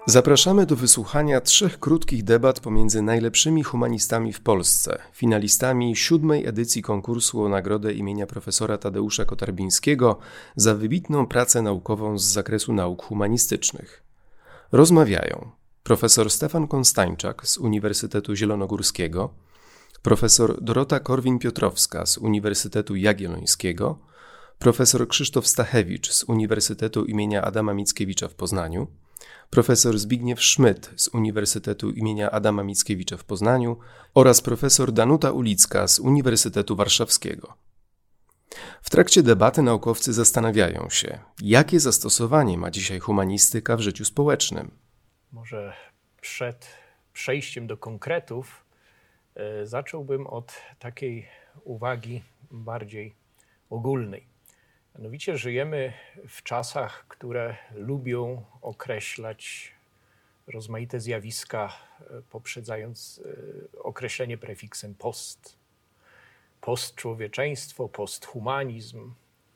Zapraszamy do wysłuchania 3 krótkich debat pomiędzy najlepszymi humanistami w Polsce, finalistami 7. edycji konkursu o nagrodę imienia profesora Tadeusza Kotarbińskiego za wybitną pracę naukową z zakresu nauk humanistycznych. Rozmawiają profesor Stefan Konstańczak z Uniwersytetu Zielonogórskiego, profesor Dorota Korwin-Piotrowska z Uniwersytetu Jagiellońskiego, profesor Krzysztof Stachewicz z Uniwersytetu imienia Adama Mickiewicza w Poznaniu, profesor Zbigniew Szmyt z Uniwersytetu imienia Adama Mickiewicza w Poznaniu oraz profesor Danuta Ulicka z Uniwersytetu Warszawskiego. W trakcie debaty naukowcy zastanawiają się, jakie zastosowanie ma dzisiaj humanistyka w życiu społecznym. Może przed przejściem do konkretów zacząłbym od takiej uwagi bardziej ogólnej. Mianowicie żyjemy w czasach, które lubią określać rozmaite zjawiska, poprzedzając określenie prefiksem post. Postczłowieczeństwo, posthumanizm.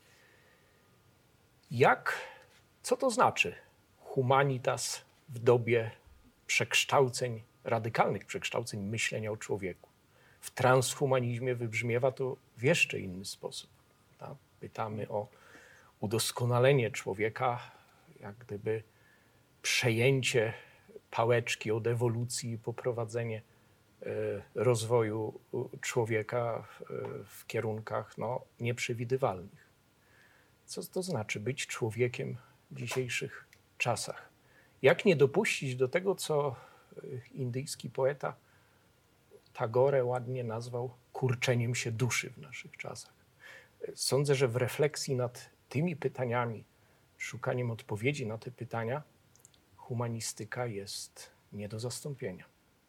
Co to znaczy humanitas w dobie przekształceń, radykalnych przekształceń myślenia o człowieku? W transhumanizmie wybrzmiewa to w jeszcze inny sposób. Tak? Pytamy o udoskonalenie człowieka, jak gdyby przejęcie pałeczki od ewolucji i poprowadzenie rozwoju człowieka w kierunkach nieprzewidywalnych. Co to znaczy być człowiekiem w dzisiejszych czasach? Jak nie dopuścić do tego, co indyjski poeta Tagore ładnie nazwał kurczeniem się duszy w naszych czasach? Sądzę, że w refleksji nad tymi pytaniami, szukaniem odpowiedzi na te pytania, humanistyka jest nie do zastąpienia.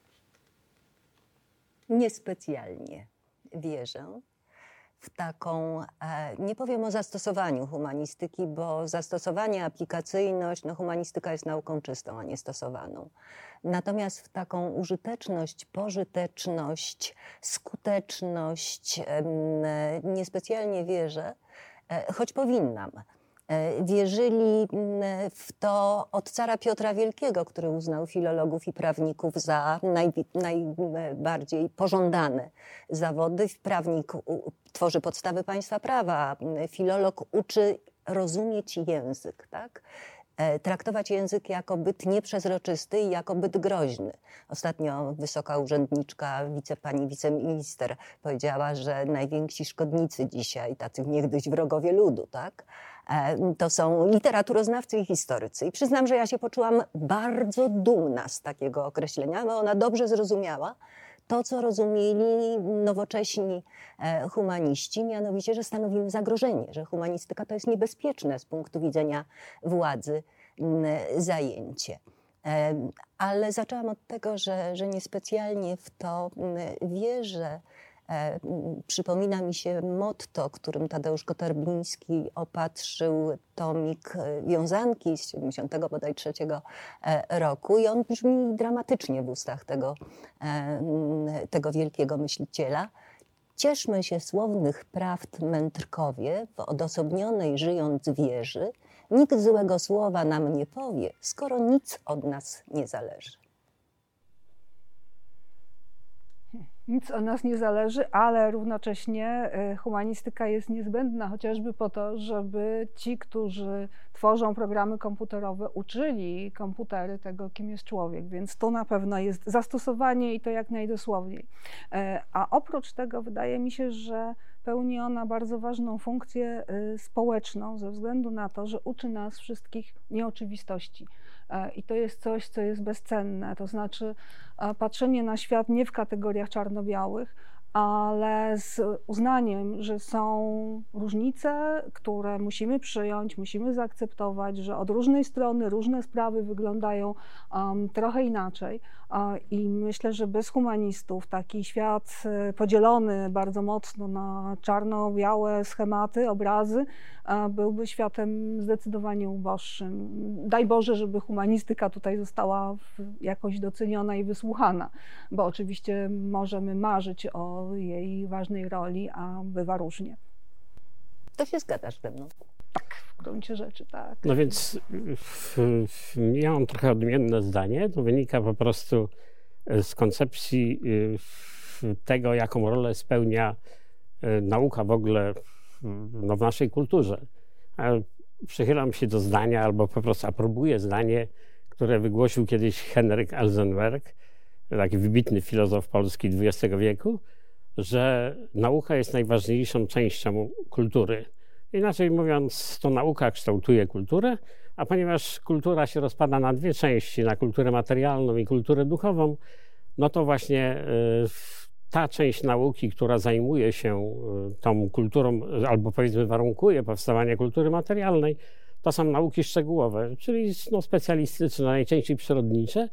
Niespecjalnie wierzę w taką, nie powiem o zastosowaniu humanistyki, bo zastosowanie, aplikacyjność, humanistyka jest nauką czystą, a nie stosowaną. Natomiast w taką użyteczność, pożyteczność, skuteczność niespecjalnie wierzę, choć powinnam. Wierzyli w to od cara Piotra Wielkiego, który uznał filologów i prawników za najbardziej pożądane zawody. Prawnik tworzy podstawy państwa prawa, filolog uczy rozumieć język, tak? Traktować język jako byt nieprzezroczysty i jako byt groźny. Ostatnio wysoka urzędniczka, pani wiceminister powiedziała, że najwięksi szkodnicy dzisiaj, tacy niegdyś wrogowie ludu, tak? To są literaturoznawcy i historycy. I przyznam, że ja się poczułam bardzo dumna z takiego określenia, bo ona dobrze zrozumiała to, co rozumieli nowocześni humaniści, mianowicie, że stanowimy zagrożenie, że humanistyka to jest niebezpieczne z punktu widzenia władzy zajęcie. Ale zaczęłam od tego, że niespecjalnie w to wierzę. Przypomina mi się motto, którym Tadeusz Kotarbiński opatrzył tomik Wiązanki z 73 roku i on brzmi dramatycznie w ustach tego wielkiego myśliciela. Cieszmy się słownych prawd mędrkowie, w odosobnionej żyjąc wierzy, nikt złego słowa nam nie powie, skoro nic od nas nie zależy. Nic od nas nie zależy, ale równocześnie humanistyka jest niezbędna chociażby po to, żeby ci, którzy tworzą programy komputerowe, uczyli komputery tego, kim jest człowiek, więc to na pewno jest zastosowanie i to jak najdosłowniej. A oprócz tego wydaje mi się, że pełni ona bardzo ważną funkcję społeczną ze względu na to, że uczy nas wszystkich nieoczywistości. I to jest coś, co jest bezcenne, to znaczy patrzenie na świat nie w kategoriach czarno-białych, ale z uznaniem, że są różnice, które musimy przyjąć, musimy zaakceptować, że od różnej strony różne sprawy wyglądają trochę inaczej. I myślę, że bez humanistów taki świat podzielony bardzo mocno na czarno-białe schematy, obrazy, byłby światem zdecydowanie uboższym. Daj Boże, żeby humanistyka tutaj została jakoś doceniona i wysłuchana, bo oczywiście możemy marzyć o jej ważnej roli, a bywa różnie. To się zgadzasz ze mną? Tak, w gruncie rzeczy, tak. No więc ja mam trochę odmienne zdanie. To wynika po prostu z koncepcji tego, jaką rolę spełnia nauka w ogóle w naszej kulturze. Przychylam się do zdania, albo po prostu aprobuję zdanie, które wygłosił kiedyś Henryk Elzenberg, taki wybitny filozof polski XX wieku, że nauka jest najważniejszą częścią kultury. Inaczej mówiąc, to nauka kształtuje kulturę, a ponieważ kultura się rozpada na dwie części, na kulturę materialną i kulturę duchową, no to właśnie ta część nauki, która zajmuje się tą kulturą, albo powiedzmy warunkuje powstawanie kultury materialnej, to są nauki szczegółowe, czyli specjalistyczne, najczęściej przyrodnicze.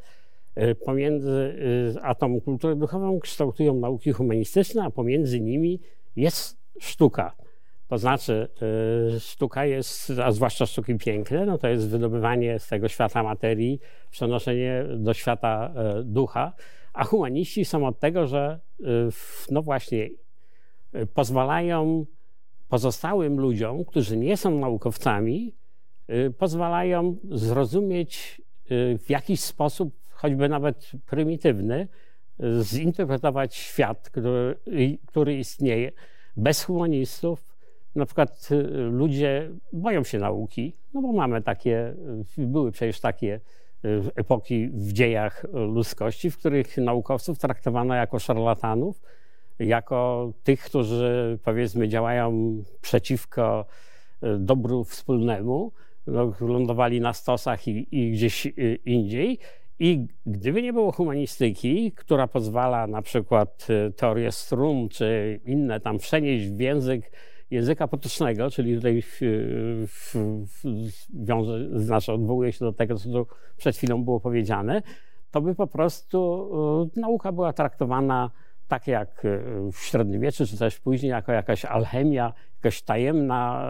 A tą kulturę duchową kształtują nauki humanistyczne, a pomiędzy nimi jest sztuka. To znaczy sztuka jest, a zwłaszcza sztuki piękne, no to jest wydobywanie z tego świata materii, przenoszenie do świata ducha, a humaniści są od tego, że no właśnie pozwalają pozostałym ludziom, którzy nie są naukowcami, pozwalają zrozumieć w jakiś sposób, choćby nawet prymitywny, zinterpretować świat, który istnieje. Bez humanistów na przykład ludzie boją się nauki, no bo mamy takie, były przecież takie epoki w dziejach ludzkości, w których naukowców traktowano jako szarlatanów, jako tych, którzy powiedzmy działają przeciwko dobru wspólnemu, no, lądowali na stosach i gdzieś indziej. I gdyby nie było humanistyki, która pozwala na przykład teorię strun czy inne tam przenieść w języka potocznego, czyli tutaj odwołuje się do tego, co tu przed chwilą było powiedziane, to by po prostu nauka była traktowana tak jak w średniowieczu, czy też później jako jakaś alchemia, jakaś tajemna,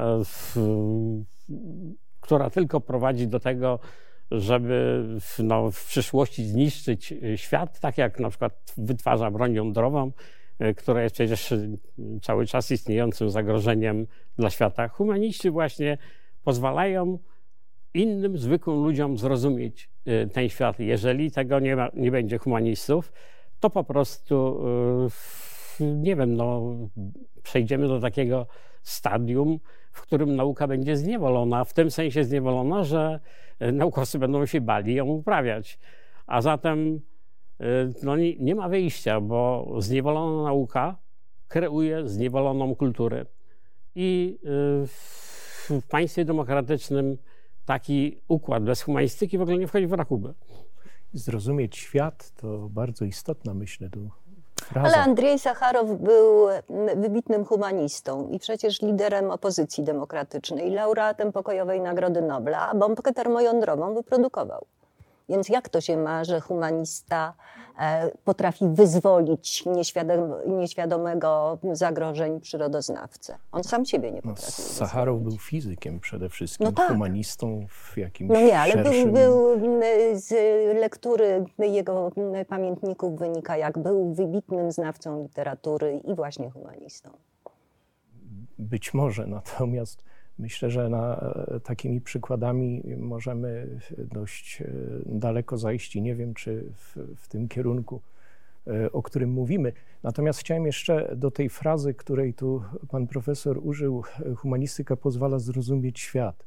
która tylko prowadzi do tego, żeby w przyszłości zniszczyć świat, tak jak na przykład wytwarza broń jądrową, która jest przecież cały czas istniejącym zagrożeniem dla świata. Humaniści właśnie pozwalają innym, zwykłym ludziom zrozumieć ten świat. Jeżeli tego nie będzie humanistów, to po prostu, nie wiem, przejdziemy do takiego stadium, w którym nauka będzie zniewolona, w tym sensie zniewolona, że naukowcy będą się bali ją uprawiać. A zatem nie ma wyjścia, bo zniewolona nauka kreuje zniewoloną kulturę. I w państwie demokratycznym taki układ bez humanistyki w ogóle nie wchodzi w rachubę. Zrozumieć świat to bardzo istotna, myślę, fraza. Ale Andrzej Sacharow był wybitnym humanistą i przecież liderem opozycji demokratycznej, laureatem Pokojowej Nagrody Nobla, a bombkę termojądrową wyprodukował. Więc jak to się ma, że humanista potrafi wyzwolić nieświadomego zagrożeń przyrodoznawcę? On sam siebie nie potrafi wyzwolić. Sacharow był fizykiem przede wszystkim, humanistą w jakimś ale szerszym... z lektury jego pamiętników wynika, jak był wybitnym znawcą literatury i właśnie humanistą. Być może, natomiast myślę, że takimi przykładami możemy dość daleko zajść i nie wiem, czy w tym kierunku, o którym mówimy. Natomiast chciałem jeszcze do tej frazy, której tu pan profesor użył, humanistyka pozwala zrozumieć świat.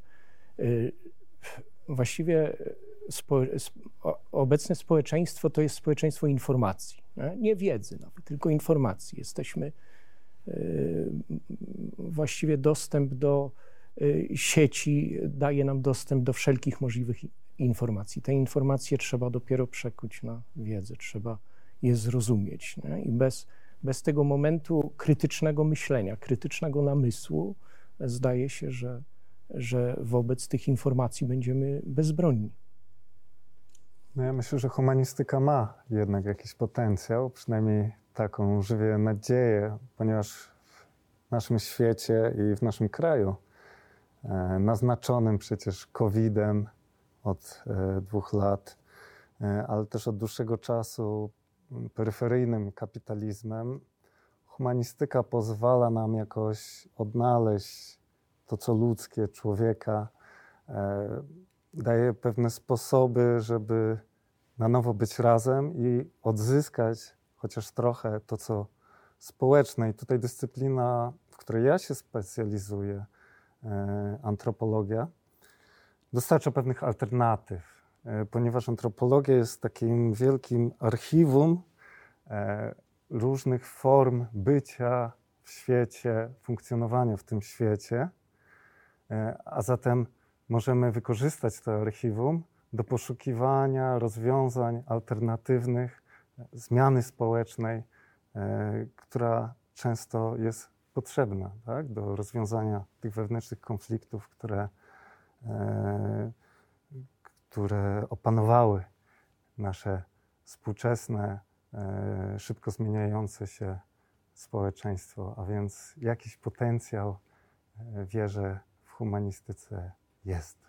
Właściwie obecne społeczeństwo to jest społeczeństwo informacji, nie wiedzy nawet, tylko informacji. Jesteśmy właściwie dostęp do sieci daje nam dostęp do wszelkich możliwych informacji. Te informacje trzeba dopiero przekuć na wiedzę, trzeba je zrozumieć. Nie? I bez tego momentu krytycznego myślenia, krytycznego namysłu zdaje się, że wobec tych informacji będziemy bezbronni. No ja myślę, że humanistyka ma jednak jakiś potencjał, przynajmniej taką żywię nadzieję, ponieważ w naszym świecie i w naszym kraju naznaczonym przecież COVID-em od 2 lat, ale też od dłuższego czasu peryferyjnym kapitalizmem, humanistyka pozwala nam jakoś odnaleźć to, co ludzkie, człowieka daje pewne sposoby, żeby na nowo być razem i odzyskać chociaż trochę to, co społeczne. I tutaj dyscyplina, w której ja się specjalizuję, antropologia, dostarcza pewnych alternatyw, ponieważ antropologia jest takim wielkim archiwum różnych form bycia w świecie, funkcjonowania w tym świecie, a zatem możemy wykorzystać to archiwum do poszukiwania rozwiązań alternatywnych, zmiany społecznej, która często jest potrzebna, tak, do rozwiązania tych wewnętrznych konfliktów, które opanowały nasze współczesne, szybko zmieniające się społeczeństwo, a więc jakiś potencjał, wierzę, w humanistyce jest.